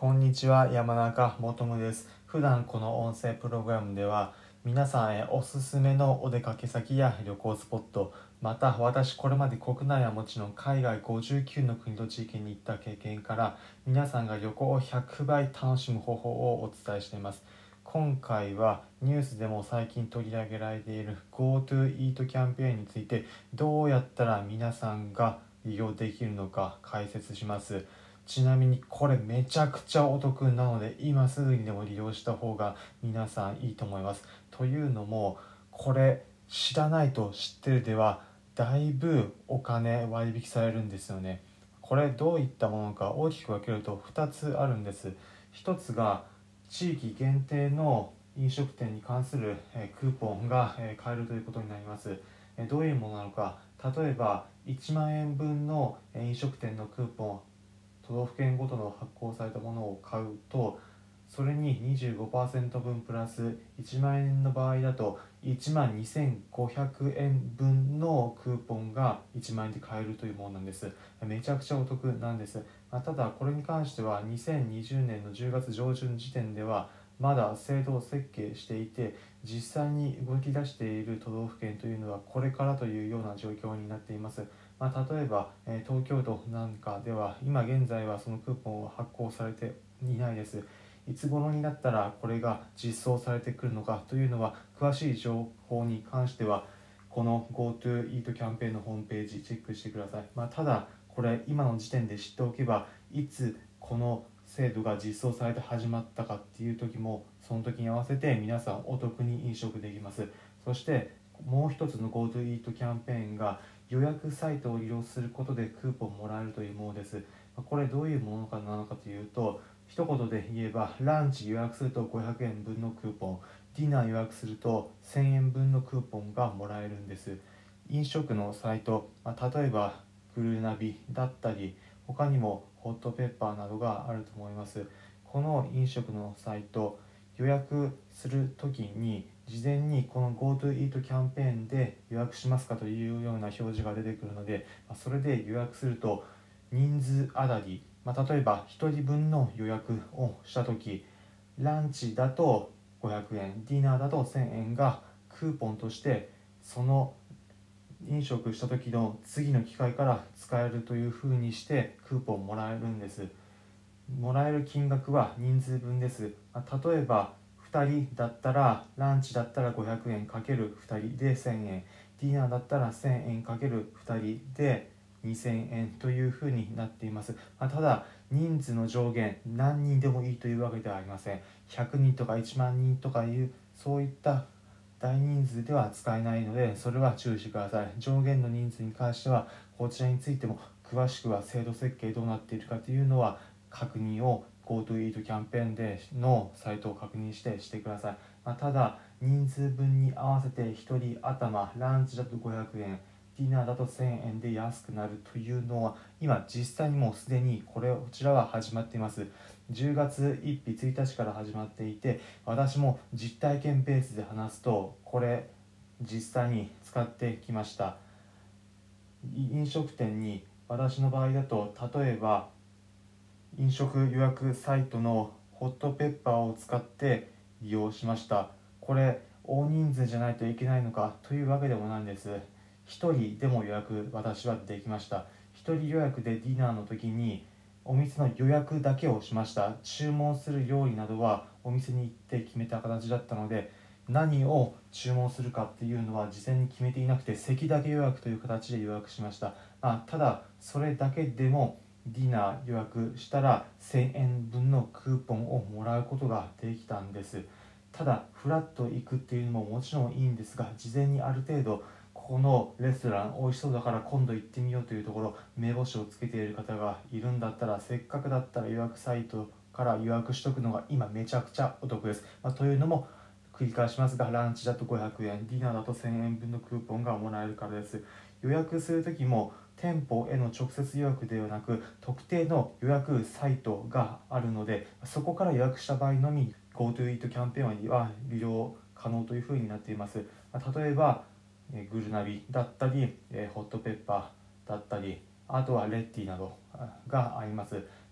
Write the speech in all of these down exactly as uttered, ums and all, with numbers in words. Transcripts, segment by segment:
こんにちは、山中もとむです。普段この音声プログラムでは皆さんへおすすめのお出かけ先や旅行スポット、また私これまで国内はもちろん海外ごじゅうきゅうの国と地域に行った経験から皆さんが旅行をひゃくばい楽しむ方法をお伝えしています。今回はニュースでも最近取り上げられている GoTo イートキャンペーンについてどうやったら皆さんが利用できるのか解説します。ちなみにこれめちゃくちゃお得なので今すぐにでも利用した方が皆さんいいと思います。というのもこれ知らないと知ってるではだいぶお金割引されるんですよね。これどういったものか大きく分けるとふたつあるんです。ひとつが地域限定の飲食店に関するクーポンが買えるということになります。どういうものなのか、例えばいちまんえんぶんの飲食店のクーポン、都道府県ごとの発行されたものを買うとそれに にじゅうごパーセント 分プラスいちまんえんの場合だといちまんにせんごひゃくえんぶんのクーポンがいちまんえんで買えるというものなんです。めちゃくちゃお得なんです。ただこれに関してはにせんにじゅうねんのじゅうがつ上旬時点ではまだ制度設計していて実際に動き出している都道府県というのはこれからというような状況になっています。まあ、例えば、えー、東京都なんかでは今現在はそのクーポンは発行されていないです。いつ頃になったらこれが実装されてくるのかというのは詳しい情報に関してはこの GoTo イートキャンペーンのホームページチェックしてください。まあ、ただこれ今の時点で知っておけばいつこの制度が実装されて始まったかっていう時もその時に合わせて皆さんお得に飲食できます。そしてもう一つの GoTo イートキャンペーンが予約サイトを利用することでクーポンもらえるというものです。これどういうものかなのかというと、一言で言えばランチ予約するとごひゃくえんぶんのクーポン、ディナー予約するとせんえんぶんのクーポンがもらえるんです。飲食のサイト、例えばグルナビだったり他にもホットペッパーなどがあると思います。この飲食のサイト予約するときに事前にこの GoTo イートキャンペーンで予約しますかというような表示が出てくるのでそれで予約すると人数あたり、まあ、例えばひとりぶんの予約をしたときランチだとごひゃくえん、ディナーだとせんえんがクーポンとしてその飲食した時の次の機会から使えるというふうにしてクーポンもらえるんです。もらえる金額は人数分です。例えばふたりだったらランチだったらごひゃくえんかけるふたりでせんえん、ディナーだったらせんえんかけるふたりでにせんえんというふうになっています。ただ人数の上限何人でもいいというわけではありません。ひゃくにんとかいちまんにんとかいうそういった大人数では使えないのでそれは注意してください。上限の人数に関してはこちらについても詳しくは制度設計どうなっているかというのは確認を GoTo イートキャンペーンでのサイトを確認してしてください。まあ、ただ人数分に合わせてひとり頭ランチだとごひゃくえん、ディナーだとせんえんで安くなるというのは今実際にもうすでにこれこちらは始まっています。じゅうがつついたちついたちから始まっていて私も実体験ベースで話すとこれ実際に使ってきました。飲食店に私の場合だと例えば飲食予約サイトのホットペッパーを使って利用しました。これ大人数じゃないといけないのかというわけでもないんです。ひとりでも予約私はできました。ひとり予約でディナーの時にお店の予約だけをしました。注文する料理などはお店に行って決めた形だったので何を注文するかっていうのは事前に決めていなくて席だけ予約という形で予約しました。あただそれだけでもディナー予約したらせんえんぶんのクーポンをもらうことができたんです。ただフラッと行くっていうのももちろんいいんですが事前にある程度このレストラン美味しそうだから今度行ってみようというところ目星をつけている方がいるんだったらせっかくだったら予約サイトから予約しとくのが今めちゃくちゃお得です。まあ、というのも繰り返しますがランチだとごひゃくえん、ディナーだとせんえんぶんのクーポンがもらえるからです。予約するときも店舗への直接予約ではなく特定の予約サイトがあるのでそこから予約した場合のみ GoTo イートキャンペーンは利用可能というふうになっています。例えばグルナビだったりホットペッパーだったりあとはレッティなどがあります。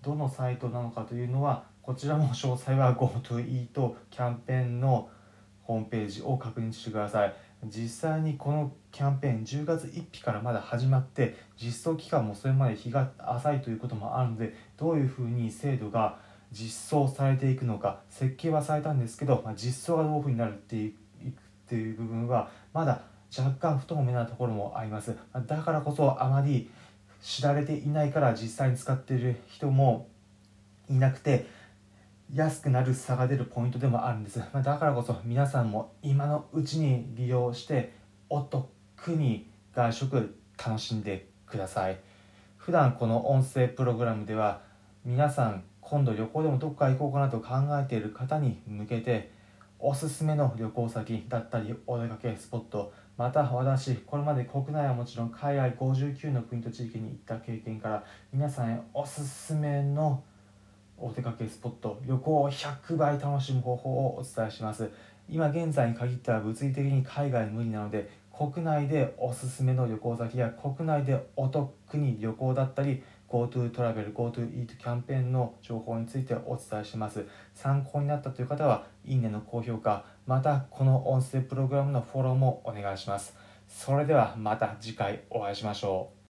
どのサイトなのかというのはこちらも詳細は GoToEat キャンペーンのホームページを確認してください。実際にこのキャンペーンじゅうがつついたちからまだ始まって実装期間もそれまで日が浅いということもあるので、どういうふうに制度が実装されていくのか、設計はされたんですけど、まあ、実装がどういうふうになるっていくっていう部分はまだ若干不透明なところもあります。だからこそあまり知られていないから実際に使っている人もいなくて安くなる差が出るポイントでもあるんです。だからこそ皆さんも今のうちに利用してお得に外食楽しんでください。普段この音声プログラムでは皆さん今度旅行でもどこか行こうかなと考えている方に向けておすすめの旅行先だったりお出かけスポット、また私これまで国内はもちろん海外ごじゅうきゅうの国と地域に行った経験から皆さんへおすすめのお出かけスポット、旅行をひゃくばい楽しむ方法をお伝えします。今現在に限っては物理的に海外無理なので、国内でおすすめの旅行先や国内でお得に旅行だったり GoTo トラベル GoTo イートキャンペーンの情報についてお伝えします。参考になったという方はいいねの高評価、またこの音声プログラムのフォローもお願いします。それではまた次回お会いしましょう。